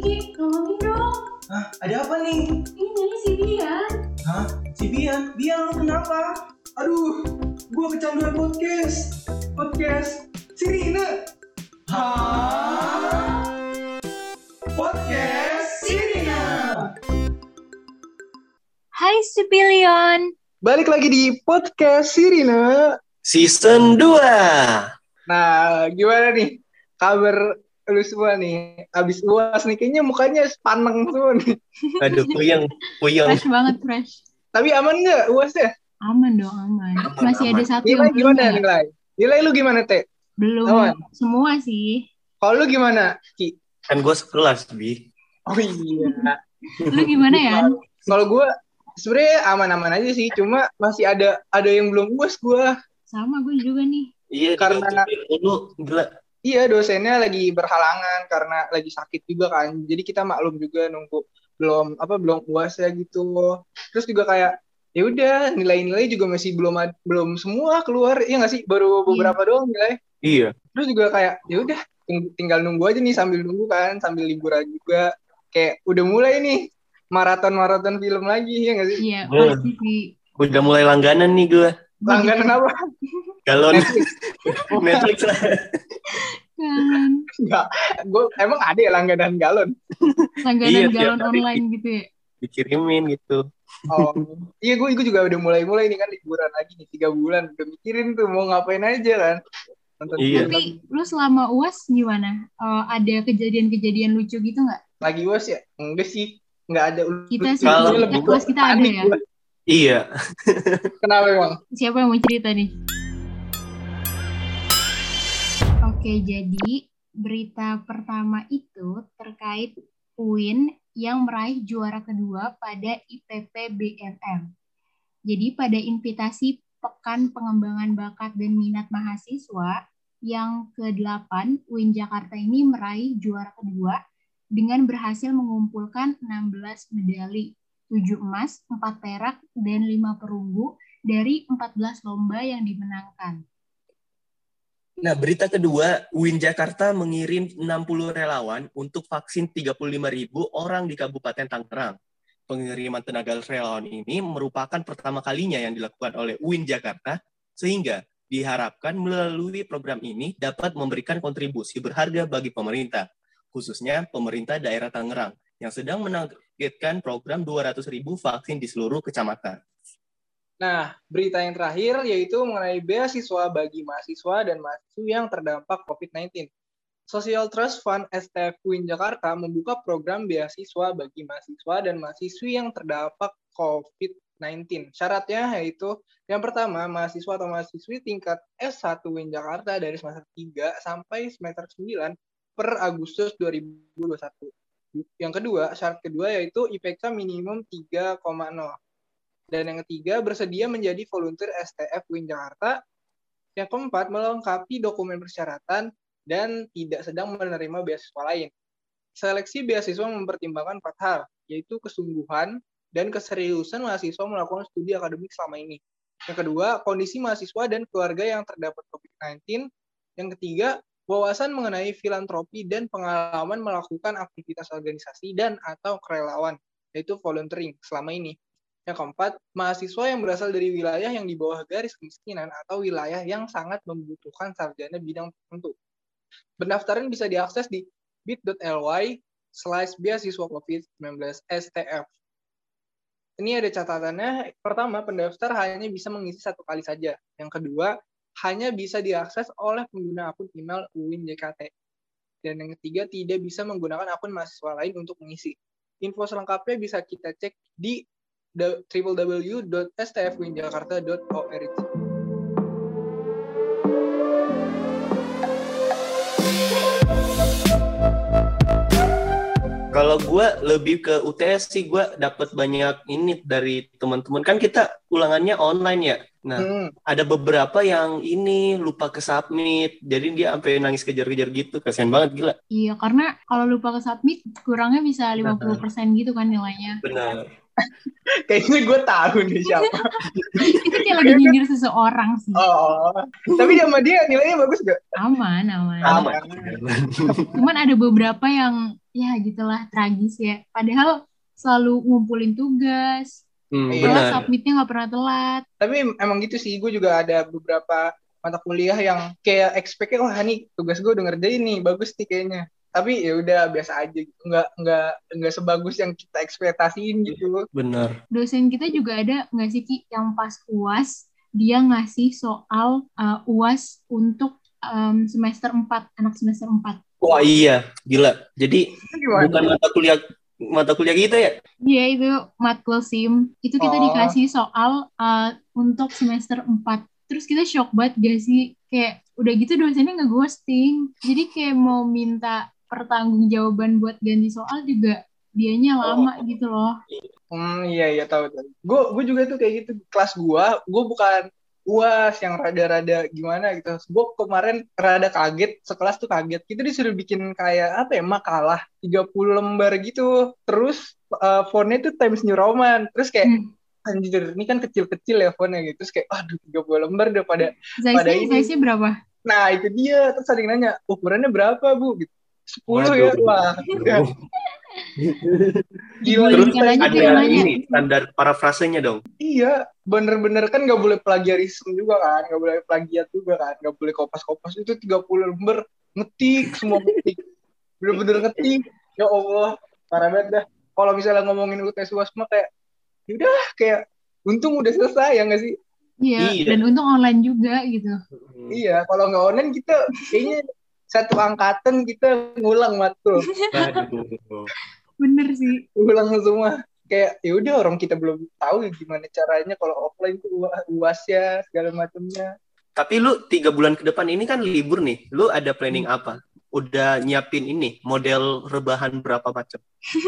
Ki, tolongin dong. Hah? Ada apa nih? Ini si Bian. Hah? Si Bian? Bian, lu kenapa? Aduh, gua kecanduan podcast. Podcast Sirina. Hah? Podcast Sirina. Hai Sipilion. Balik lagi di podcast Sirina Season 2. Nah, gimana nih kabar lu semua nih? Abis UAS nih, kayaknya mukanya sepaneng semua nih. Aduh, puyeng. Fresh banget, fresh. Tapi aman nggak UASnya? Aman dong, aman. Masih aman. ada satu Nilai yang belum gimana ya? nilai? Nilai lu gimana, Teh? Belum Aman. semua sih. Kalau lu gimana, Ki? Kan gue sekelas, Bi. Oh iya. Lu gimana ya? Kalau gue sebenarnya aman-aman aja sih, cuma masih ada yang belum UAS gue. Sama gue juga nih. Iya, Karena- lu gila. Iya, dosennya lagi berhalangan karena lagi sakit juga kan. Jadi kita maklum juga nunggu belum UAS ya gitu. Terus juga kayak ya udah nilai-nilai juga masih belum semua keluar. Iya nggak sih? Baru beberapa doang nilai. Iya. Terus juga kayak ya udah tinggal nunggu aja nih sambil nunggu kan, sambil liburan juga. Kayak udah mulai nih maraton film lagi ya nggak sih? Iya, pasti sih. Udah mulai langganan nih gue. Langganan apa? Galon Netflix. Netflix lah. Kan. Enggak. Gue emang ada ya langganan galon. Langganan Iya, galon tiap hari. online gitu ya. Dikirimin gitu. Oh, iya gue juga udah mulai nih kan liburan lagi nih 3 bulan. Udah mikirin tuh mau ngapain aja kan. Nonton Iya. film. Tapi lu selama UAS gimana? Ada kejadian-kejadian lucu gitu nggak? Lagi UAS ya? Enggak sih. Enggak ada. Kita sih, Kalau UAS kita ada panik ya. gua. Iya. Kenapa emang? Siapa yang mau cerita nih? Oke, jadi berita pertama itu terkait UIN yang meraih juara kedua pada IPP BMM. Jadi pada invitasi Pekan Pengembangan Bakat dan Minat Mahasiswa yang ke-8, UIN Jakarta ini meraih juara kedua dengan berhasil mengumpulkan 16 medali, 7 emas, 4 perak, dan 5 perunggu dari 14 lomba yang dimenangkan. Nah, berita kedua, UIN Jakarta mengirim 60 relawan untuk vaksin 35.000 orang di Kabupaten Tangerang. Pengiriman tenaga relawan ini merupakan pertama kalinya yang dilakukan oleh UIN Jakarta, sehingga diharapkan melalui program ini dapat memberikan kontribusi berharga bagi pemerintah, khususnya pemerintah daerah Tangerang, yang sedang menargetkan program 200.000 vaksin di seluruh kecamatan. Nah, berita yang terakhir yaitu mengenai beasiswa bagi mahasiswa dan mahasiswa yang terdampak COVID-19. Social Trust Fund STF UIN Jakarta membuka program beasiswa bagi mahasiswa dan mahasiswi yang terdampak COVID-19. Syaratnya yaitu yang pertama, mahasiswa atau mahasiswi tingkat S1 UIN Jakarta dari semester 3 sampai semester 9 per Agustus 2021. Yang kedua, syarat kedua yaitu IPK minimum 3,0. Dan yang ketiga, bersedia menjadi volunteer STF UIN Jakarta. Yang keempat, melengkapi dokumen persyaratan dan tidak sedang menerima beasiswa lain. Seleksi beasiswa mempertimbangkan 4 hal, yaitu kesungguhan dan keseriusan mahasiswa melakukan studi akademik selama ini. Yang kedua, kondisi mahasiswa dan keluarga yang terdapat COVID-19. Yang ketiga, wawasan mengenai filantropi dan pengalaman melakukan aktivitas organisasi dan atau kerelawan, yaitu volunteering selama ini. Yang keempat, mahasiswa yang berasal dari wilayah yang di bawah garis kemiskinan atau wilayah yang sangat membutuhkan sarjana bidang tertentu. Pendaftaran bisa diakses di bit.ly/beasiswa COVID-19 STF. Ini ada catatannya. Pertama, pendaftar hanya bisa mengisi 1 kali saja. Yang kedua, hanya bisa diakses oleh pengguna akun email UIN JKT. Dan yang ketiga, tidak bisa menggunakan akun mahasiswa lain untuk mengisi. Info selengkapnya bisa kita cek di www.stfuinjakarta.org. Kalau gue lebih ke UTS sih, gue dapat banyak ini dari teman-teman. Kan kita ulangannya online ya. Nah, ada beberapa yang ini lupa ke submit. Jadi dia sampai nangis kejar-kejar gitu. Kasian banget, gila. Iya, karena kalau lupa ke submit, kurangnya bisa 50% gitu kan nilainya. Benar. Kayaknya gue tahu nih siapa. Itu kayak lagi nyindir seseorang sih. Oh, tapi sama dia nilainya bagus gak? Aman. Aman. Cuman ada beberapa yang ya gitulah, tragis ya. Padahal selalu ngumpulin tugas, Iya. kelas submitnya nggak pernah telat. Tapi emang gitu sih, gue juga ada beberapa mata kuliah yang kayak expect-nya, wah nih tugas gue udah ngerjain nih, bagus nih kayaknya. Tapi ya udah biasa aja gitu, nggak sebagus yang kita ekspektasiin gitu. Benar. Dosen kita juga ada nggak sih Ki, yang pas UAS dia ngasih soal UAS untuk semester 4, anak semester 4. Wah iya, gila. Jadi Itu gimana? bukan mata kuliah kita ya? Iya itu matkul SIM. Itu kita Oh. dikasih soal untuk semester 4. Terus kita shock banget gak sih? Kayak udah gitu dosennya nge-ghosting. Jadi kayak mau minta pertanggungjawaban buat ganti soal juga dianya lama gitu loh. Iya tahu. Gue juga tuh kayak gitu, kelas gue bukan UAS yang rada-rada gimana gitu. Gue kemarin rada kaget, sekelas tuh kaget. Kita disuruh bikin kayak apa ya, makalah 30 lembar gitu. Terus fontnya tuh Times New Roman. Terus kayak anjir, ini kan kecil-kecil ya fontnya gitu. Terus kayak aduh 30 lembar udah pada ini. Size-nya berapa? Nah, itu dia. Terus ada yang nanya, ukurannya berapa, Bu? Gitu. 10 ya. Wah. Gila. Terus Aja ada ini standar parafrasenya dong. Iya, bener-bener kan nggak boleh plagiarisme juga kan, nggak boleh plagiat juga kan, nggak boleh kopas-kopas. Itu 30 lembar ngetik, semua ngetik. Bener-bener ngetik. Ya Allah, parah banget dah. Kalau misalnya ngomongin UTS UAS mah kayak, yaudah kayak untung udah selesai ya nggak sih? Iya, dan untung online juga gitu. Iya, kalau nggak online kita kayaknya satu angkatan kita ngulang matkul. Bener sih. Ngulang semua. Kayak ya udah orang kita belum tahu gimana caranya kalau offline tuh UASnya segala macamnya. Tapi lu 3 bulan ke depan ini kan libur nih. Lu ada planning apa? Udah nyiapin ini model rebahan berapa macam?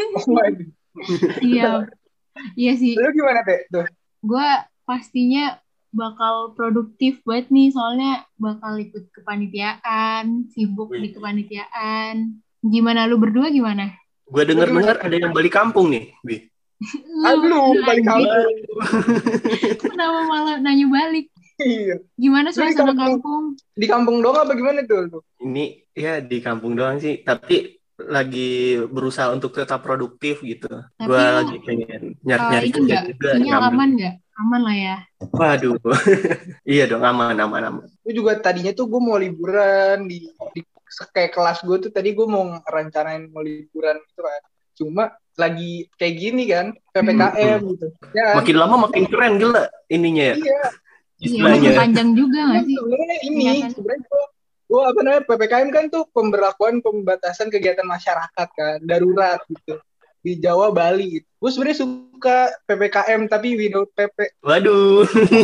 Iya. Iya sih. Lu gimana Teh? Tuh. Gue pastinya bakal produktif banget nih, soalnya bakal ikut kepanitiaan, sibuk di kepanitiaan. Gimana lu berdua gimana? Gue dengar ada yang balik kampung nih, Bi. Aduh, balik kampung. Kenapa malah nanya balik? Iya. Gimana suasana kampung? Di kampung doang apa gimana tuh? Ini ya di kampung doang sih, tapi lagi berusaha untuk tetap produktif gitu. Gue lagi pengen nyari kerja juga. Sinyal aman nggak? Aman lah ya. Waduh. Iya dong, aman. Gue juga tadinya tuh gue mau liburan di kayak kelas gue tuh tadi gue mau rencanain mau liburan gitu kan. Cuma lagi kayak gini kan, PPKM gitu. Ya, makin lama makin keren gila ininya ya. Iya. Iya, panjang juga nggak sih? Sebenarnya sebenarnya gue PPKM kan tuh pemberlakuan pembatasan kegiatan masyarakat kan, darurat gitu. Di Jawa, Bali gitu. Gue sebenarnya suka PPKM tapi without PP. Waduh.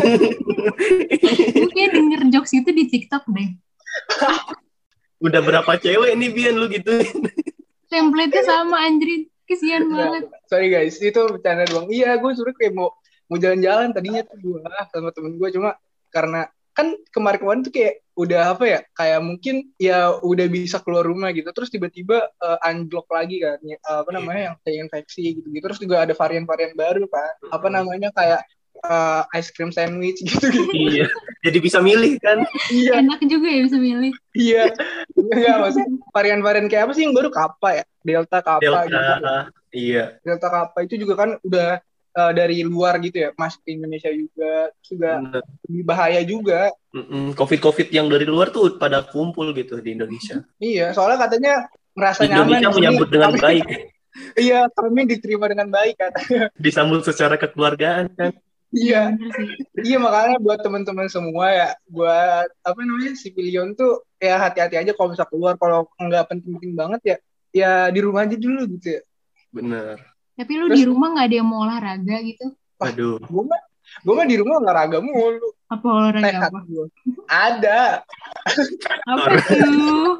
Gue kayak denger jokes itu di TikTok deh. Udah berapa cewek nih Bian lu gitu? Template-nya sama anjrit. Kesian banget. Sorry guys, itu bercanda doang. Iya, gue suruh kayak mau jalan-jalan tadinya tuh gue sama temen gue, cuma karena kan kemarin tuh kayak udah apa ya, kayak mungkin ya udah bisa keluar rumah gitu, terus tiba-tiba unblock lagi kan, apa namanya yang kayak infeksi gitu, terus juga ada varian-varian baru kan, apa namanya kayak ice cream sandwich gitu. Iya, jadi bisa milih kan? Iya. Enak juga ya bisa milih. Iya, enggak maksudnya varian-varian kayak apa sih yang baru, Kappa ya, Delta Kappa gitu. Iya. Delta Kappa itu juga kan udah dari luar gitu ya, masuk ke Indonesia juga lebih bahaya juga. Covid yang dari luar tuh pada kumpul gitu di Indonesia. Iya, soalnya katanya merasa nyaman. Indonesia menyambut dengan baik. Iya, kami diterima dengan baik katanya. Disambut secara kekeluargaan kan. Iya, iya makanya buat teman-teman semua ya, buat apa namanya sipilion tuh ya hati-hati aja kalau bisa keluar, kalau nggak penting-penting banget ya di rumah aja dulu gitu ya. Bener. Tapi lu di rumah nggak ada yang mau olahraga gitu? Waduh. Gue mah di rumah olahraga mulu. Apa olahraga apa? Ada. Apa tuh?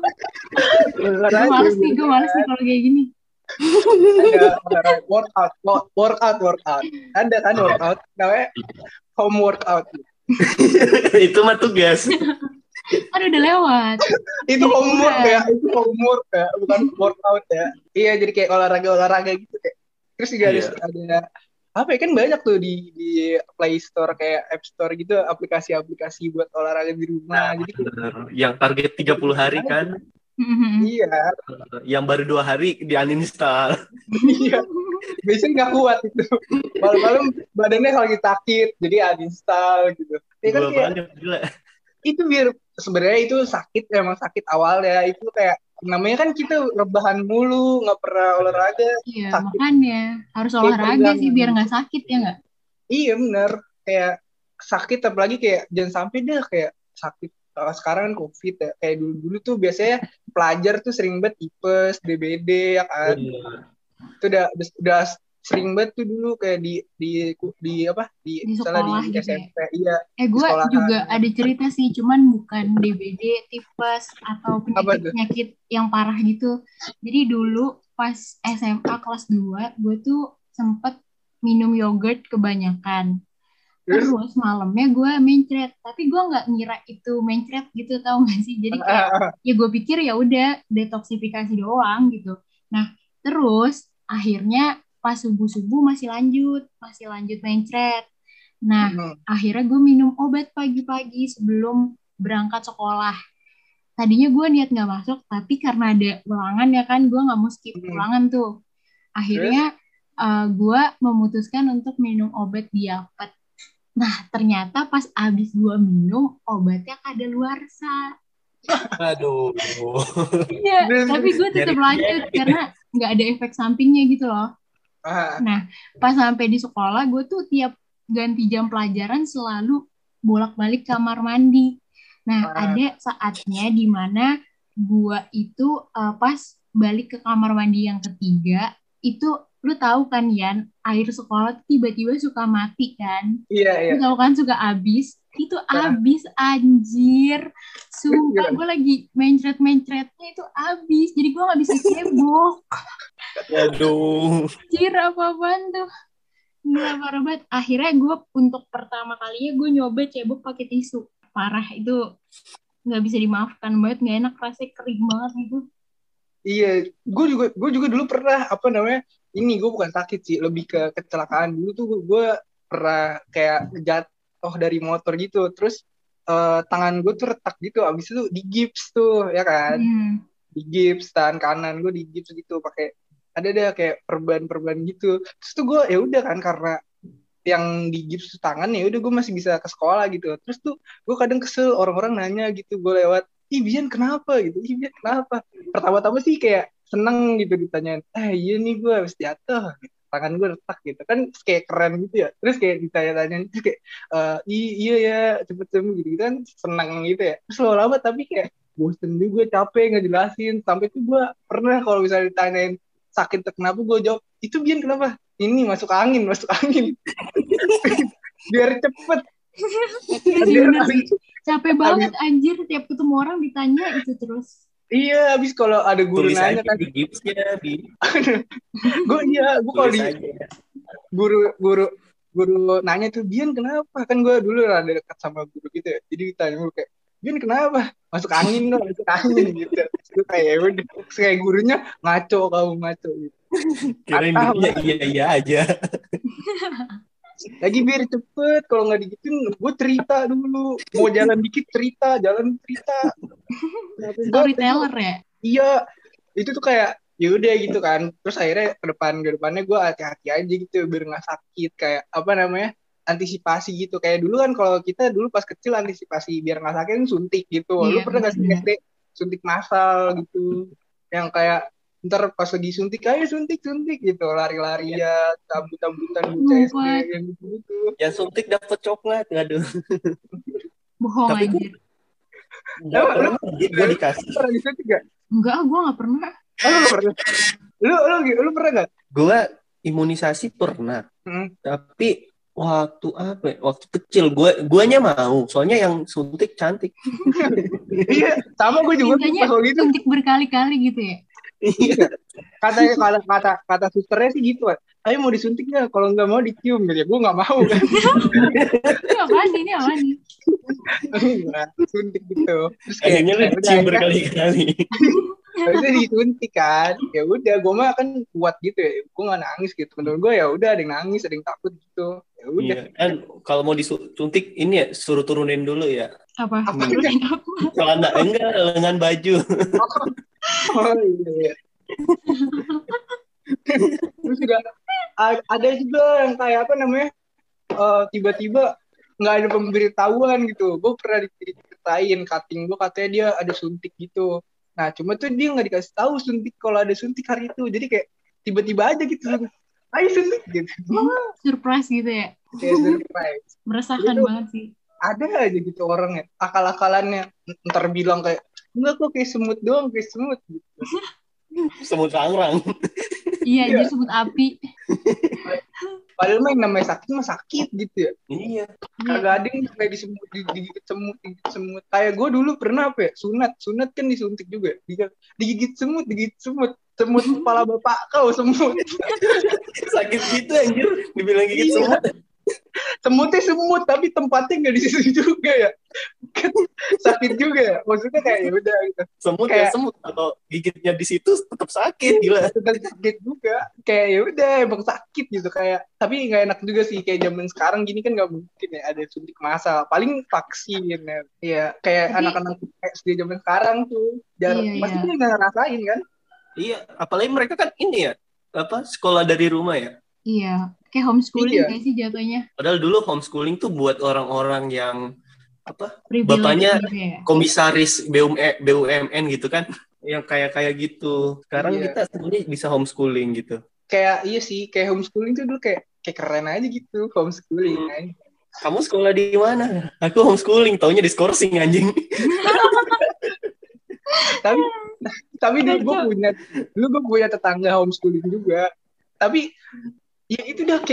Gue males nih kalau kayak gini. Ada workout. Ada kan workout, namanya home workout. Itu mah tugas. Kan udah lewat. Itu homework ya, bukan workout ya. Iya, jadi kayak olahraga gitu kayak. Terus juga ada apa ya, kan banyak tuh di Play Store kayak App Store gitu, aplikasi-aplikasi buat olahraga di rumah. Jadi yang target 30 hari kan. Iya, Yang baru 2 hari di uninstall. iya. Biasanya nggak kuat itu. Malam-malam badannya kalau lagi sakit, jadi uninstall gitu. Ya kan Gua kayak banget gila. itu biar sebenarnya itu sakit, emang sakit awal ya. Itu kayak namanya kan kita rebahan mulu, nggak pernah olahraga, Iya, sakit makanya harus kayak olahraga sih biar peregangan. nggak sakit ya nggak? Iya bener, kayak sakit apalagi kayak jangan sampai deh kayak sakit. Kalau sekarang kan COVID ya, kayak dulu-dulu tuh biasanya pelajar tuh sering banget tipes, DBD ya kan. Bener. Itu udah sering banget tuh dulu kayak di apa di Di misalnya di sekolah gitu ya. SMP iya di Gue sekolahan juga ada cerita sih, cuman bukan DBD, tipes, atau apa tuh. penyakit-penyakit yang parah gitu. Jadi dulu pas SMA kelas 2 gue tuh sempet minum yogurt kebanyakan. Terus Terus malamnya gue mencret, tapi gue nggak ngira itu mencret gitu, tau gak sih? Jadi kayak ya gue pikir ya udah detoksifikasi doang gitu. Nah terus akhirnya pas subuh-subuh masih lanjut mencret. Nah akhirnya gue minum obat pagi-pagi sebelum berangkat sekolah. Tadinya gue niat nggak masuk, tapi karena ada ulangan ya kan, gue nggak mau skip ulangan tuh. terus Akhirnya gue memutuskan untuk minum obat diapet. Nah, ternyata pas abis gue minum, obatnya kadaluarsa. Aduh. Iya, tapi gue tetap lanjut karena nggak ada efek sampingnya gitu loh. Nah, pas sampai di sekolah, gue tuh tiap ganti jam pelajaran selalu bolak-balik kamar mandi. Nah, ada saatnya di mana gue itu pas balik ke kamar mandi yang ketiga, itu lu tahu kan Yan, air sekolah tiba-tiba suka mati kan? iya Lu tahu kan suka habis? Itu habis anjir. Sumpah gue lagi mencret-mencretnya itu habis. Jadi gue nggak bisa cebok. Aduh. Anjir apa-apaan tuh. Gila parah banget. Akhirnya gue untuk pertama kalinya gue nyoba cebok pakai tisu. Parah itu nggak bisa dimaafkan banget, nggak enak, rasanya kering banget gitu. iya gue juga dulu pernah apa namanya ini gue bukan sakit sih lebih ke kecelakaan dulu tuh gue pernah kayak jatuh dari motor gitu terus tangan gue tuh retak gitu abis itu di gips tuh ya kan di gips tangan kanan gue di gips gitu pakai ada kayak perban gitu terus tuh gue ya udah kan karena yang di gips tangan ya udah gue masih bisa ke sekolah gitu terus tuh gue kadang kesel orang-orang nanya gitu gue lewat ih Bian kenapa gitu ih Bian kenapa pertama-tama sih kayak seneng gitu ditanyain iya nih gue habis jatuh gitu. Tangan gue retak gitu kan kayak keren gitu ya terus kayak ditanya-tanya terus kayak iya ya cepet sembuh gitu kan seneng gitu ya terus lama-lama tapi kayak bosen juga capek ngejelasin sampai tuh gue pernah kalau misalnya ditanyain sakit kenapa gue jawab itu Bian kenapa ini masuk angin biar cepet Iya bener sih, capek banget anjir tiap ketemu orang ditanya itu terus. Iya, habis kalau ada guru Tulis nanya aja kan di gipsnya, gue kalau tulis di aja. guru nanya tuh Bian kenapa kan gue dulu rada dekat sama guru gitu ya jadi ditanya gue kayak Bian kenapa masuk angin gitu terus kayak ya udah terus kayak gurunya kamu ngaco gitu Kirain gurunya iya aja. lagi biar cepet kalau nggak digituin gue cerita dulu mau jalan dikit cerita Storyteller ya. Iya itu tuh kayak ya udah gitu kan terus akhirnya ke depannya gue hati-hati aja gitu biar nggak sakit kayak apa namanya antisipasi gitu kayak dulu kan kalau kita dulu pas kecil antisipasi biar nggak sakit kan suntik gitu lu pernah nggak sih SD suntik massal gitu yang kayak ntar pas lagi suntik gitu lari-lari ya cabut-cabutan bocah SD yang gitu yang suntik dapet coklat aduh bohong tapi anjir nggak pernah gue dikasih pernah disuntik gak? Enggak, gue nggak pernah. Lu pernah gak? Gue imunisasi pernah tapi waktu apa ya? Waktu kecil guanya mau soalnya yang suntik cantik. Iya sama gue juga pas waktu itu suntik berkali-kali gitu ya. Iya. Kata susternya sih gitu kan. Ayo mau disuntik nggak? Kalau nggak mau dicium gitu. Gue nggak mau kan. Ini apaan nih? Suntik gitu. Terus akhirnya lu dicium berkali-kali. Terus disuntik kan. Ya udah, gue mah kan kuat gitu ya. Gue nggak nangis gitu. Menurut gue ya udah ada yang nangis, ada yang takut gitu. Ya Ya udah. Iya, kan kalau mau disuntik ini ya suruh turunin dulu ya. Apa? Apa Turunin apa? Celana enggak, lengan baju. Oh iya. Terus juga ada juga yang kayak apa namanya, tiba-tiba nggak ada pemberitahuan gitu. Gue pernah diceritain cutting gue, katanya dia ada suntik gitu. Nah cuma tuh dia nggak dikasih tahu suntik kalau ada suntik hari itu. Jadi kayak tiba-tiba aja gitu, ayo suntik gitu. Surprise gitu ya. Kayak surprise. Meresahkan Itu banget sih. ada aja gitu orangnya, akal-akalannya. Ntar bilang kayak enggak kok, kayak semut doang, kayak semut gitu. Semut sangrang. Iya, Iya. jadi sebut api. Padahal mah yang namanya sakit mah sakit gitu ya. Iya. Kagak ada yang kayak disemut, digigit semut. Kayak gue dulu pernah apa ya, sunat kan disuntik juga, digigit semut, semut kepala bapak kau, semut. Sakit gitu anjir, dibilang gigit Iya. semut. Semutnya semut tapi tempatnya nggak di situ juga ya. Kan sakit juga ya, maksudnya kayak ya udah gitu. Semut Kayak- ya semut, kalau gigitnya di situ tetap sakit, gila. Tetap sakit juga, kayak ya udah emang sakit gitu. Kayak tapi nggak enak juga sih, kayak zaman sekarang gini kan nggak mungkin ya ada suntik massal, paling vaksin ya. Iya, kayak Tapi- anak-anak SD zaman sekarang tuh jarang, Iya, pasti iya. dia nggak ngerasain kan. Iya, apalagi mereka kan ini ya, apa, sekolah dari rumah ya. Iya, kayak homeschooling Iya. kayak sih jatuhnya. Padahal dulu homeschooling tuh buat orang-orang yang apa, Privilege bapaknya gitu ya. komisaris BUMN gitu kan, yang kayak gitu. Sekarang Iya. kita sebenarnya bisa homeschooling gitu. Kayak iya sih, kayak homeschooling tuh dulu kayak keren aja gitu, homeschooling kan. Kamu sekolah di mana? Aku homeschooling, taunya diskorsing anjing. Tapi dulu gue punya tetangga homeschooling juga. Tapi ya itu udah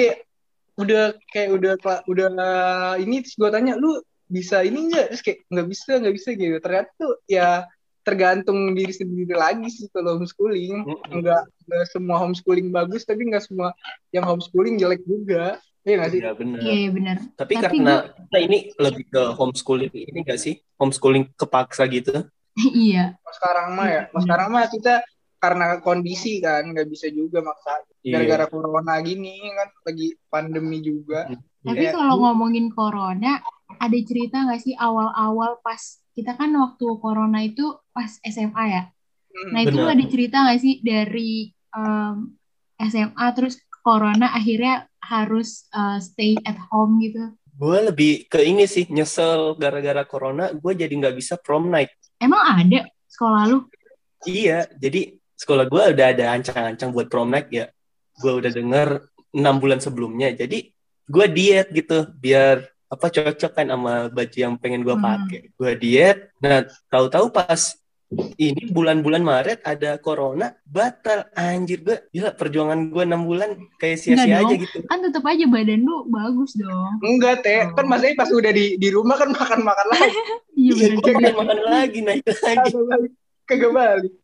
ini, terus gue tanya, lu bisa ini nggak? Terus kayak nggak bisa gitu. Ternyata tuh ya tergantung diri sendiri lagi sih kalau homeschooling. Nggak semua homeschooling bagus, tapi nggak semua yang homeschooling jelek juga. Iya nggak sih? Iya benar. Iya, benar. Tapi Tapi karena kita ini lebih ke homeschooling ini nggak sih? Homeschooling kepaksa gitu. Iya. Mas sekarang mah kita karena kondisi kan nggak bisa juga maksa. Gara-gara corona gini kan lagi pandemi juga. Tapi Kayak- kalau ngomongin corona, ada cerita nggak sih awal-awal pas kita kan waktu corona itu pas SMA ya? Nah itu Benar. ada cerita nggak sih dari SMA terus corona akhirnya harus stay at home gitu? Gue lebih ke ini sih, nyesel gara-gara corona, gue jadi nggak bisa prom night. Emang ada sekolah lu? Iya, jadi sekolah gue udah ada ancang-ancang buat prom night ya. Gue udah denger 6 bulan sebelumnya. Jadi gue diet gitu, biar apa cocok kan sama baju yang pengen gue pakai. Gue diet. Nah, tahu-tahu pas ini bulan-bulan Maret ada corona, batal anjir. Gue gila, perjuangan gue 6 bulan kayak sia-sia Enggak aja dong. gitu. Kan tetap aja badan lu bagus dong. Enggak teh, kan masanya pas udah di rumah kan makan lagi. Iya benar Gue juga. makan lagi, naik lagi. Kagak balik.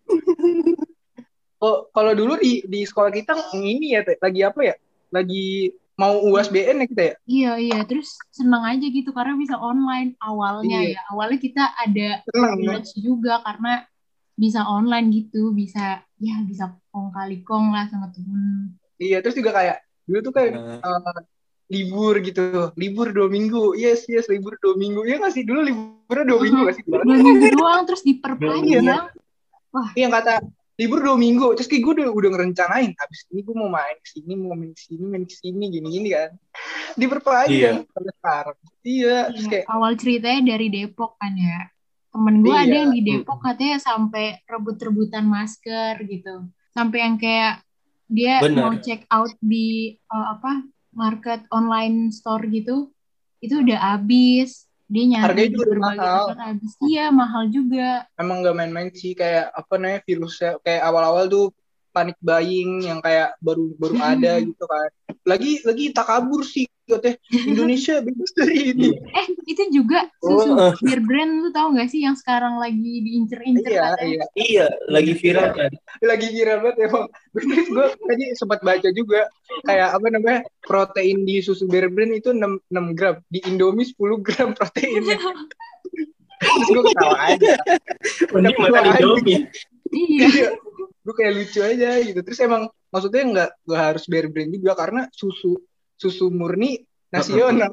Oh, kalau dulu di sekolah kita ini ya teh, lagi apa ya? Lagi mau UASBN ya kita ya? Iya. Terus seneng aja gitu karena bisa online awalnya Iya. ya. Awalnya kita ada Seneng ya? privilege juga karena bisa online gitu, bisa kong kali kong lah sama temen. Iya, terus juga kayak dulu tuh kayak Nah. libur gitu, libur 2 minggu, yes libur 2 minggu, ya nggak sih dulu liburnya 2 minggu nggak sih? 2 minggu doang terus diperpanjang. Iya. Yang kata libur 2 minggu, terus kayak gue udah ngerencanain, abis ini gue mau main kesini, gini kan, diperpanjang sampai sekarang. Iya, terus kayak Awal ceritanya dari Depok kan ya. Temen gue Iya. ada yang di Depok katanya sampai rebut-rebutan masker gitu. Sampai yang kayak dia Benar. mau check out di market online store gitu, itu udah habis. Dia nyari Harganya di juga berbagai mahal. tempat habis. Iya, mahal juga. emang nggak main-main sih, kayak apa namanya, virusnya kayak awal-awal tuh panic buying yang kayak baru ada gitu kan. Lagi takabur sih katanya, Indonesia bebas dari ini. Itu juga susu Oh. Bear Brand, lu tahu nggak sih yang sekarang lagi diincer-incer katanya? Iya, lagi viral kan. Lagi viral banget emang. Terus gue tadi sempat baca juga kayak apa namanya, protein di susu Bear Brand itu 6 gram, di Indomie 10 gram proteinnya. Terus gue ketawa aja. Mending makan Indomie. Iya. Gue kayak lucu aja gitu. Terus emang maksudnya nggak harus Bear Brand juga, karena susu susu murni nasional.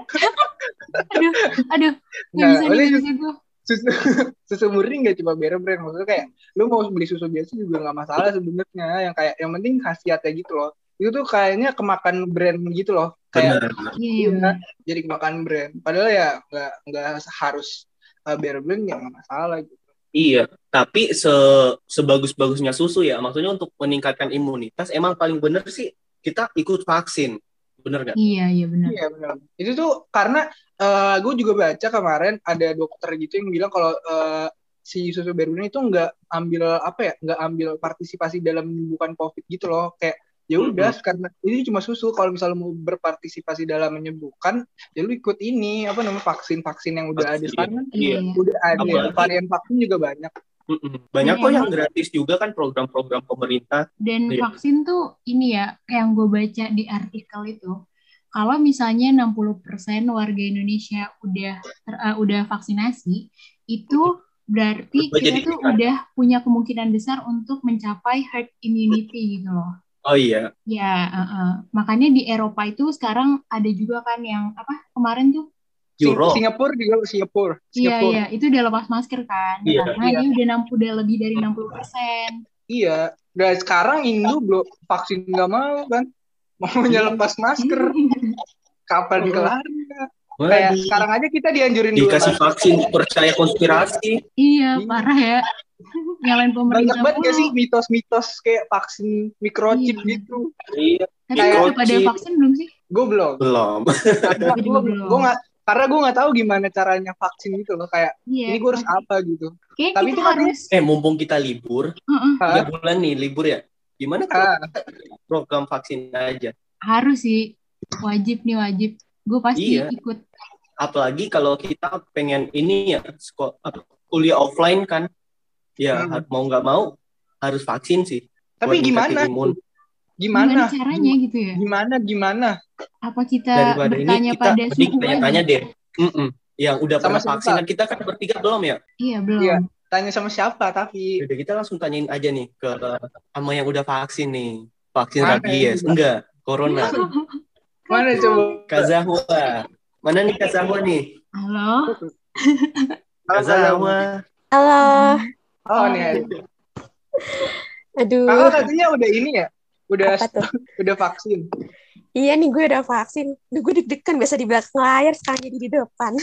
Aduh, nggak bisa gue. Susu murni nggak cuma Bear Brand, maksudnya kayak lu mau beli susu biasa juga nggak masalah sebenarnya, yang penting khasiatnya gitu loh. Itu tuh kayaknya kemakan brand gitu loh, kayak iya, jadi kemakan brand. Padahal ya nggak harus Bear Brand, ya nggak masalah gitu. Iya, tapi sebagus-bagusnya susu ya, maksudnya untuk meningkatkan imunitas emang paling bener sih kita ikut vaksin, bener nggak? Iya benar. Iya benar. Itu tuh karena gue juga baca kemarin ada dokter gitu yang bilang kalau si susu Bear Brand itu nggak ambil partisipasi dalam menyembuhkan COVID gitu loh, kayak ya udah karena ini cuma susu, kalau misalnya mau berpartisipasi dalam menyembuhkan ya lu ikut ini vaksin yang udah ada sekarang. Iya. Udah ada ya, varian vaksin juga banyak. Banyak kok yang gratis juga kan, program-program pemerintah. Dan vaksin tuh ini ya, yang gue baca di artikel itu, kalau misalnya 60% warga Indonesia udah vaksinasi, itu berarti kita tuh udah punya kemungkinan besar untuk mencapai herd immunity gitu loh. Oh iya. Ya, makanya di Eropa itu sekarang ada juga kan yang kemarin tuh Singapura. Iya, itu udah lepas masker kan, karena dia udah lebih dari 60%. Iya, dan sekarang Indo belum vaksin nggak mau kan, maunya lepas masker. Kapan kelarnya? Kayak sekarang aja kita dianjurin dikasih vaksin, percaya konspirasi. Iya, parah ya. Nyalain pemerintah. Banyak banget gak sih mitos-mitos kayak vaksin microchip gitu. Iya. Tapi udah pada vaksin belum sih? Gue belum. Gue nggak, karena gue nggak tahu gimana caranya vaksin gitu loh, kayak ini gue harus apa gitu. Tapi itu harus. Mumpung kita libur, 3 bulan nih libur ya. Gimana program vaksin aja? Harus sih, wajib. Gue pasti ikut. Apalagi kalau kita pengen ini ya, kuliah offline kan. Ya mau nggak mau harus vaksin sih. Tapi gimana caranya gitu ya? Gimana? Apa kita bertanya pada suhu? Tanya deh. Yang udah pernah vaksin, kita kan bertiga belum ya? Iya belum. Iya. Tanya sama siapa tapi? Udah, kita langsung tanyain aja nih ke sama yang udah vaksin nih. Vaksin rabies, enggak, corona. Mana coba? Kak Zahwa. Mana nih Kak Zahwa nih? Halo. Kak Zahwa. Halo. Oh nih. Aduh. Kakak katanya udah ini ya? Udah vaksin. Iya nih, gue udah vaksin. Gue deg-degan, biasa di belakang layar, sekarang jadi di depan.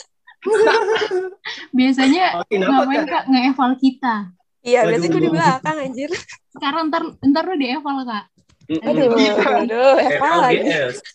Biasanya ngapain Kak? Nge-eval kita. Iya, biasanya gue di belakang, anjir. Sekarang ntar lu di-eval Kak. Aduh, eval lagi.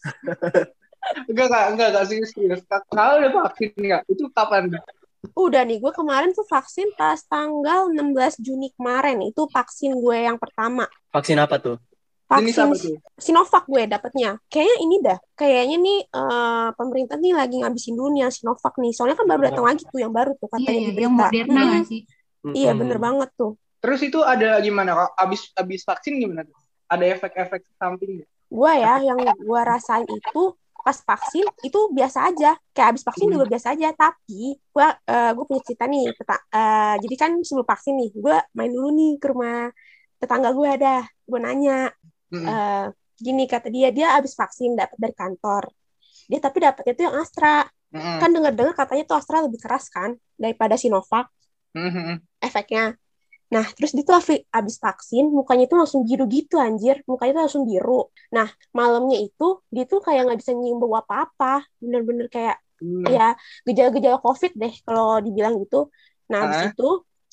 Enggak serius. Kalau udah vaksin nggak? Itu kapan? Udah nih, gue kemarin tuh vaksin pas tanggal 16 Juni kemarin. Itu vaksin gue yang pertama. Vaksin apa tuh? Vaksin Sinovac gue dapetnya. Kayaknya nih pemerintah nih lagi ngabisin dulu nih yang Sinovac nih. Soalnya kan baru datang lagi tuh yang baru tuh katanya di berita. Yang Moderna nggak sih? Iya, bener banget tuh. Terus itu ada gimana kok? Abis vaksin gimana tuh? Ada efek-efek samping? Gue yang gue rasain itu pas vaksin itu biasa aja, kayak abis vaksin juga biasa aja. Tapi gue punya cerita nih. Jadi kan sebelum vaksin nih, gue main dulu nih ke rumah tetangga gue ada. Gue nanya, gini kata dia abis vaksin dapat dari kantor. Dia tapi dapatnya tuh yang Astra. Kan dengar katanya tuh Astra lebih keras kan daripada Sinovac efeknya. Nah, terus dia tuh abis vaksin, mukanya tuh langsung biru gitu, anjir. Mukanya tuh langsung biru. Nah, malamnya itu, dia tuh kayak nggak bisa nyium bau apa-apa. Bener-bener kayak, ya, gejala-gejala COVID deh, kalau dibilang gitu. Nah, abis itu,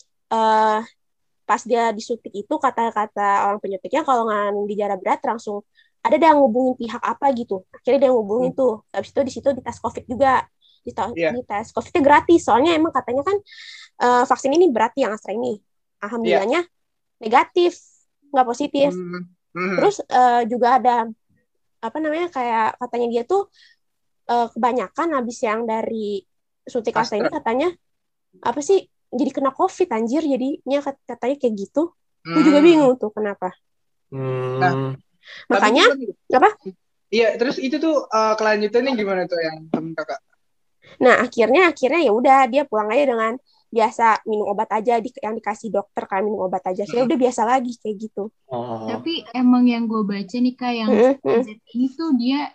pas dia disuntik itu, kata-kata orang penyuntiknya, kalau nggak gejala berat, langsung ada yang ngubungin pihak apa gitu. Akhirnya dia ngubungin tuh. Abis itu, di situ dites COVID juga. Dites COVID-nya gratis. Soalnya emang katanya kan, vaksin ini berat yang Astra ini. Alhamdulillahnya negatif, nggak positif. Terus juga ada kayak katanya dia tuh kebanyakan habis yang dari suntik Astra ini katanya jadi kena COVID anjir, jadinya katanya kayak gitu. Gue juga bingung tuh kenapa. Nah, makanya apa? Iya, terus itu tuh kelanjutannya gimana tuh yang temen kakak? Nah akhirnya ya udah dia pulang aja dengan biasa minum obat aja yang dikasih dokter kan, minum obat aja. Saya udah biasa lagi kayak gitu. Tapi emang yang gue baca nih Kak, yang ini tuh dia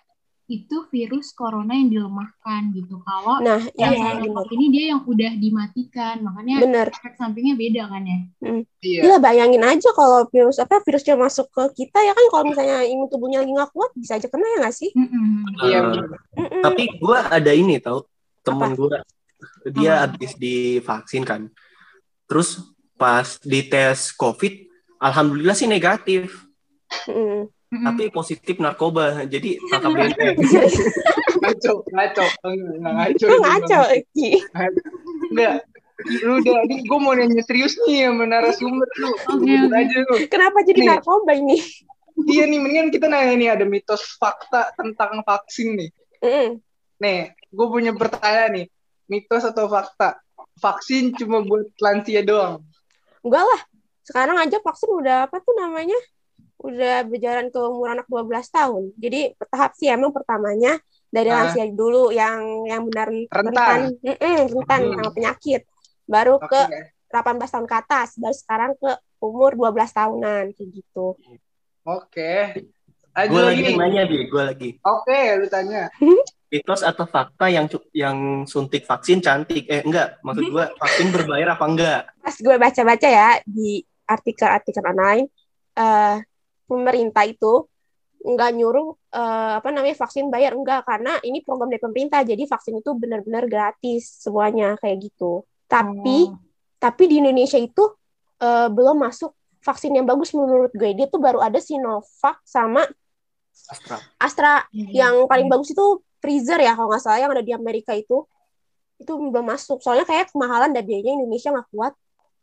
itu virus corona yang dilemahkan gitu. Kalau Nah, yang iya Sinovac bener. ini dia yang udah dimatikan, makanya Bener. efek sampingnya beda kan ya. Iya. Gila, bayangin aja kalau virusnya masuk ke kita ya kan, kalau misalnya imun tubuhnya lagi nggak kuat bisa aja kena ya nggak sih? Iya. Tapi gue ada ini tau, temen Apa? gue dia habis divaksin kan, terus pas dites COVID, alhamdulillah sih negatif, tapi positif narkoba, jadi tangkap benteng. Ngaco. Ngaco. Ngaco, Ki. Enggak. Lu udah, gue mau nanya serius nih sama narasumber lu. Oke. Aja lu. Kenapa jadi Nih. narkoba ini? Iya nih, mendingan kita nanya nih, ada mitos fakta tentang vaksin nih. Nih, gue punya pertanyaan nih. Mitos atau fakta? Vaksin cuma buat lansia doang? Enggak lah. Sekarang aja vaksin udah apa tuh namanya? Udah berjalan ke umur anak 12 tahun. Jadi bertahap sih, emang pertamanya dari lansia dulu yang benar rentan sama penyakit. Baru ke 18 tahun ke atas, baru sekarang ke umur 12 tahunan kayak gitu. Oke. Gue lagi nanya, gue lagi. Oke, lu tanya. Mitos atau fakta yang suntik vaksin cantik? Enggak, maksud gue vaksin berbayar apa enggak? Pas gue baca-baca ya di artikel-artikel online, pemerintah itu nggak nyuruh vaksin bayar, enggak, karena ini program dari pemerintah, jadi vaksin itu benar-benar gratis semuanya kayak gitu. Tapi di Indonesia itu belum masuk vaksin yang bagus menurut gue. Dia tuh baru ada Sinovac sama Astra. Yang paling bagus itu Pfizer ya kalau nggak salah, yang ada di Amerika itu belum masuk. Soalnya kayak kemahalan dan biayanya Indonesia nggak kuat.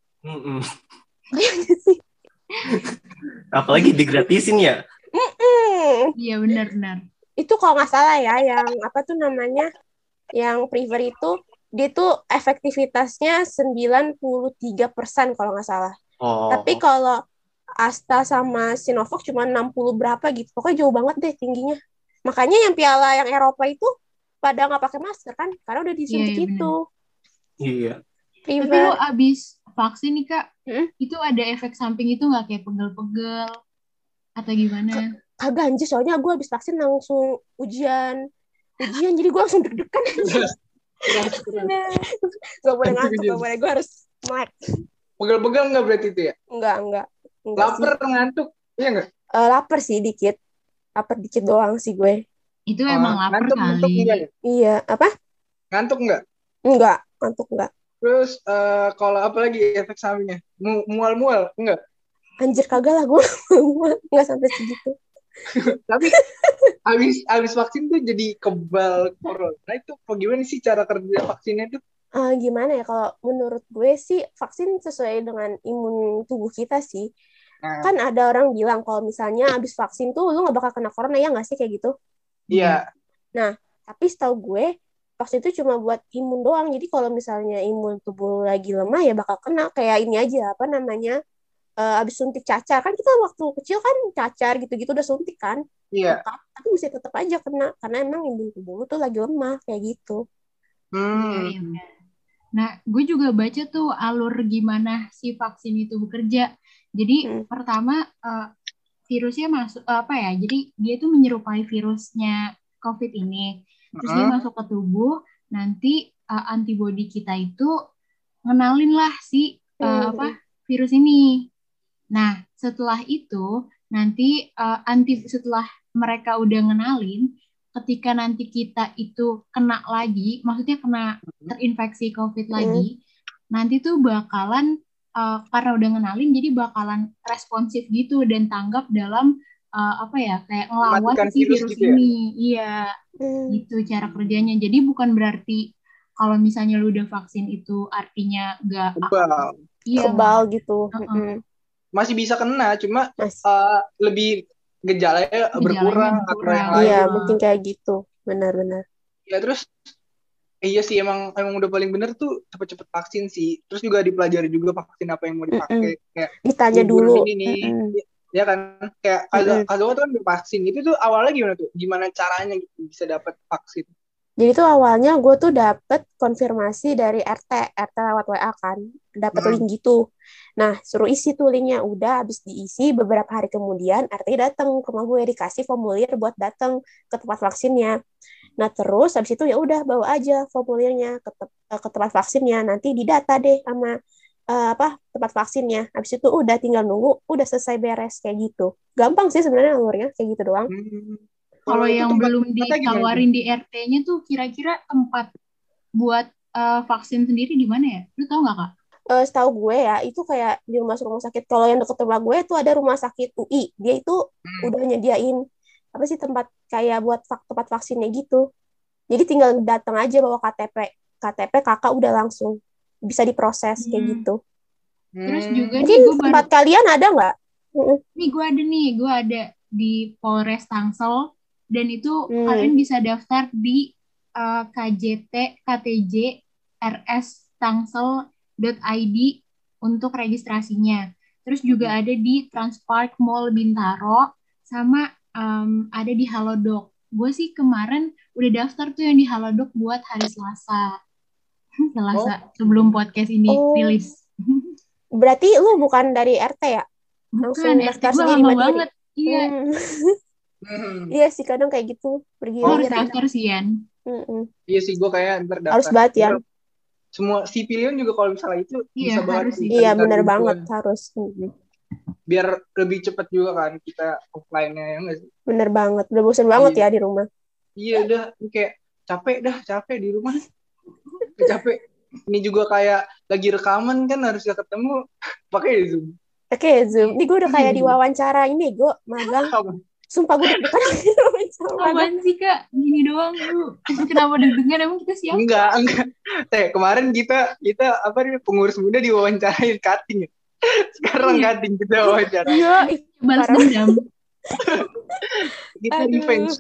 Apalagi digratisin ya. Iya benar. Itu kalau nggak salah ya, yang apa tuh namanya, yang Pfizer itu dia tuh efektivitasnya 93% kalau nggak salah. Tapi kalau Astra sama Sinovac cuma 60 berapa gitu. Pokoknya jauh banget deh tingginya. Makanya yang piala yang Eropa itu pada nggak pakai masker kan, karena udah disuntik itu. Iya. Tapi lu abis vaksin nih Kak, itu ada efek samping itu nggak, kayak pegel-pegel atau gimana? Kagak anjir, soalnya gue abis vaksin langsung ujian, jadi gue langsung deg-degan. Gak boleh ngantuk, gak boleh, gue harus melek. Pegel-pegel nggak berarti itu ya? Enggak Laper, sih. ngantuk, iya nggak? Lapar sih dikit. Lapar dikit doang sih gue. Itu emang lapar kali. Ya? Iya, apa? Ngantuk nggak? Enggak, ngantuk enggak. Terus kalau apa lagi efek sampingnya? Mual-mual enggak? Anjir kagak lah, gue enggak sampai segitu. Tapi abis vaksin tuh jadi kebal corona. Itu gimana sih cara kerja vaksinnya itu? Gimana ya, kalau menurut gue sih vaksin sesuai dengan imun tubuh kita sih. Kan ada orang bilang kalau misalnya abis vaksin tuh lu gak bakal kena corona, ya gak sih kayak gitu? Iya. Nah, tapi setahu gue vaksin itu cuma buat imun doang. Jadi kalau misalnya imun tubuh lagi lemah ya bakal kena. Kayak ini aja, apa namanya, abis suntik cacar. Kan kita waktu kecil kan cacar gitu-gitu udah suntik kan. Iya. Tapi bisa tetap aja kena, karena emang imun tubuh lu tuh lagi lemah kayak gitu. Iya. Nah, gue juga baca tuh alur gimana si vaksin itu bekerja. Jadi pertama virusnya masuk jadi dia tuh menyerupai virusnya COVID ini. Terus dia masuk ke tubuh, nanti antibodi kita itu ngenalin lah si virus ini. Nah, setelah itu nanti setelah mereka udah ngenalin, ketika nanti kita itu kena lagi, maksudnya kena terinfeksi COVID lagi, nanti tuh bakalan karena udah ngenalin, jadi bakalan responsif gitu dan tanggap dalam kayak ngelawan si virus gitu ini. Ya? Iya, gitu cara kerjanya. Jadi bukan berarti kalau misalnya lu udah vaksin itu artinya gak kebal gitu. Masih bisa kena, cuma lebih gejalanya berkurang atau yang lain. Iya, mungkin kayak gitu. Benar-benar. Ya terus iya sih, emang udah paling bener tuh cepet-cepet vaksin sih. Terus juga dipelajari juga vaksin apa yang mau dipakai. Kayak ditanya dulu. Ini nih. Ya kan, kayak Kazuo tuh kan vaksin. Itu tuh awalnya gimana tuh? Gimana caranya gitu bisa dapat vaksin? Jadi tuh awalnya gue tuh dapet konfirmasi dari RT lewat WA kan. dapat link gitu. Nah, suruh isi tuh linknya. Udah, habis diisi beberapa hari kemudian, RT datang ke rumah gue, dikasih formulir buat datang ke tempat vaksinnya. Nah, terus habis itu ya udah bawa aja formulirnya ke tempat vaksinnya. Nanti didata deh sama tempat vaksinnya. Habis itu udah tinggal nunggu, udah selesai beres kayak gitu. Gampang sih sebenarnya alurnya, kayak gitu doang. Kalau itu yang tempat- belum tempatnya gimana ditawarin di RT-nya tuh kira-kira tempat buat vaksin sendiri di mana ya? Lu tahu nggak, Kak? Setahu gue ya, itu kayak di rumah sakit. Kalau yang deket rumah gue itu ada rumah sakit UI. Dia itu udah nyediain apa sih tempat kayak buat tempat vaksinnya gitu. Jadi tinggal datang aja bawa KTP kakak udah langsung bisa diproses kayak gitu. Terus juga Mungkin nih gue tempat kalian ada nggak? gue ada di Polres Tangsel dan itu kalian bisa daftar di KJT KTJ RS Tangsel.id untuk registrasinya. Terus juga ada di Transpark Mall Bintaro sama ada di Halodoc. Gue sih kemarin udah daftar tuh yang di Halodoc buat hari Selasa. Sebelum podcast ini rilis. Berarti lu bukan dari RT ya? Langsung Bukan, daftar RT gue sendiri lama mandiri. banget. Iya. Iya sih kadang kayak gitu. Harus daftar sih, Yan. Iya sih, gue kayak ntar daftar. Harus banget ya. Semua si pilihan juga kalau misalnya itu bisa banget. Iya benar banget harus. Biar lebih cepat juga kan kita offline-nya ya nggak sih? Bener banget. Udah bosan banget ya di rumah. Iya udah kayak capek di rumah. Capek. Ini juga kayak lagi rekaman kan harusnya ketemu pakai Zoom. Oke, Zoom. Ini gue udah kayak diwawancara ini gue magang. Sumpah gue deg-degan. Apaan sih, Kak? Gini doang lu. Kenapa deg-degan? Emang kita siapa? Enggak. Kemarin kita apa nih pengurus muda diwawancarain cutting. Sekarang cutting kita wawancara. Iya, balas dendam. Kita revenge.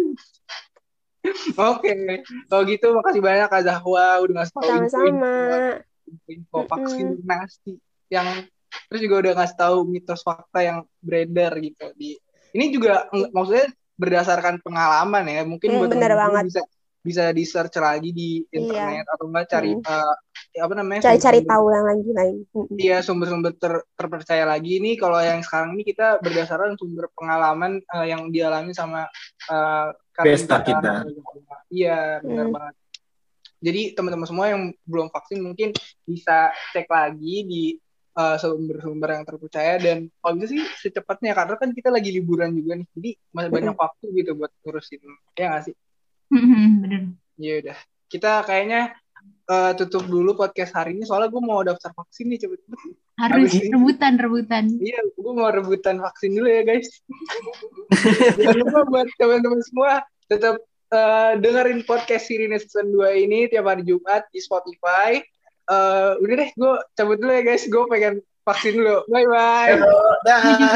Oke. Kalau gitu makasih banyak Kak Zahwa udah ngasih tahu info vaksinasi yang terus juga udah ngasih tahu mitos fakta yang beredar gitu di ini juga maksudnya berdasarkan pengalaman ya mungkin buat teman-teman bisa di search lagi di internet atau enggak cari cari tahu yang lain. Iya sumber-sumber terpercaya lagi ini kalau yang sekarang ini kita berdasarkan sumber pengalaman yang dialami sama Besta kita. Iya benar banget. Jadi teman-teman semua yang belum vaksin mungkin bisa cek lagi di sumber-sumber yang terpercaya dan kalau bisa sih secepatnya karena kan kita lagi liburan juga nih jadi masih banyak waktu gitu buat ngurusin ya nggak sih? Bener. Ya udah kita kayaknya tutup dulu podcast hari ini soalnya gue mau daftar vaksin nih cepet-cepet. Harus rebutan. Iya, gue mau rebutan vaksin dulu ya guys. Jangan lupa buat teman-teman semua tetap dengerin podcast Sirine Season 2 ini tiap hari Jumat di Spotify. Udah deh, gue cabut dulu ya guys. Gue pengen vaksin dulu. Bye-bye.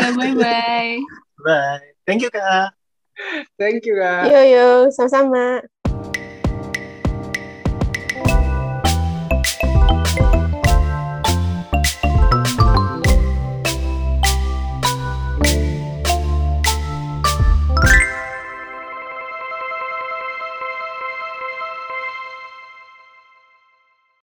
Bye-bye. Bye. Thank you, Kak. Thank you, Kak. Yo, sama-sama.